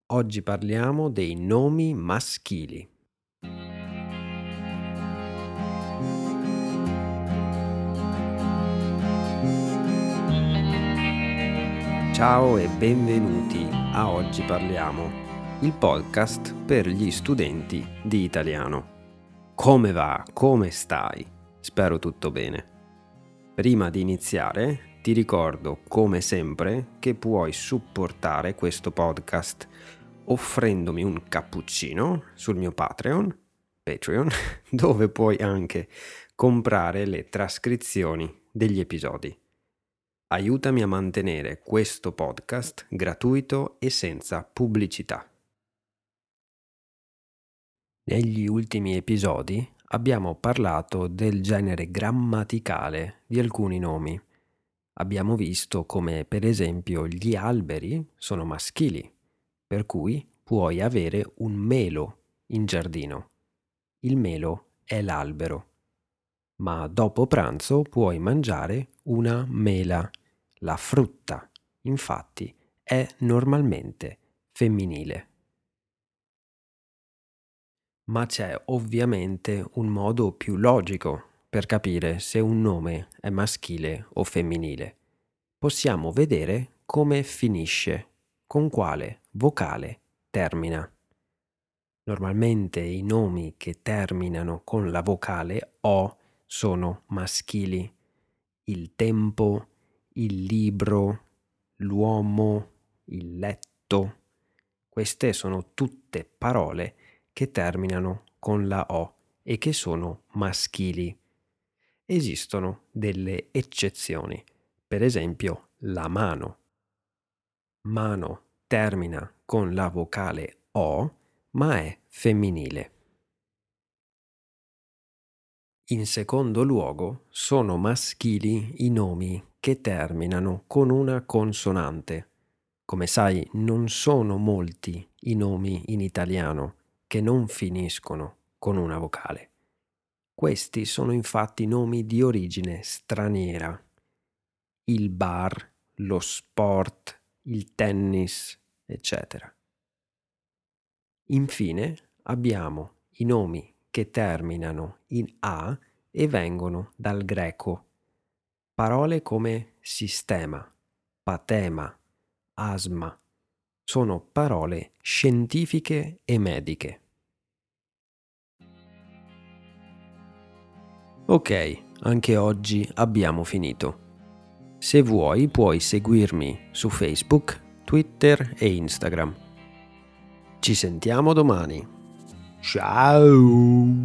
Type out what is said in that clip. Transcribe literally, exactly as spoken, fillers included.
Oggi parliamo dei nomi maschili. Ciao e benvenuti a Oggi parliamo, il podcast per gli studenti di italiano. Come va? Come stai? Spero tutto bene. Prima di iniziare, ti ricordo, come sempre, che puoi supportare questo podcast offrendomi un cappuccino sul mio Patreon, Patreon, dove puoi anche comprare le trascrizioni degli episodi. Aiutami a mantenere questo podcast gratuito e senza pubblicità. Negli ultimi episodi abbiamo parlato del genere grammaticale di alcuni nomi. Abbiamo visto come, per esempio, gli alberi sono maschili, per cui puoi avere un melo in giardino. Il melo è l'albero, ma dopo pranzo puoi mangiare una mela. La frutta, infatti, è normalmente femminile. Ma c'è ovviamente un modo più logico per capire se un nome è maschile o femminile. Possiamo vedere come finisce, con quale vocale termina. Normalmente i nomi che terminano con la vocale O sono maschili. Il tempo, il libro, l'uomo, il letto. Queste sono tutte parole che terminano con la O e che sono maschili. Esistono delle eccezioni, per esempio la mano. Mano termina con la vocale O, ma è femminile. In secondo luogo, sono maschili i nomi che terminano con una consonante. Come sai, non sono molti i nomi in italiano che non finiscono con una vocale. Questi sono infatti nomi di origine straniera. Il bar, lo sport, il tennis, eccetera. Infine abbiamo i nomi che terminano in A e vengono dal greco. Parole come sistema, patema, asma sono parole scientifiche e mediche. Ok, anche oggi abbiamo finito. Se vuoi puoi seguirmi su Facebook, Twitter e Instagram. Ci sentiamo domani. Ciao!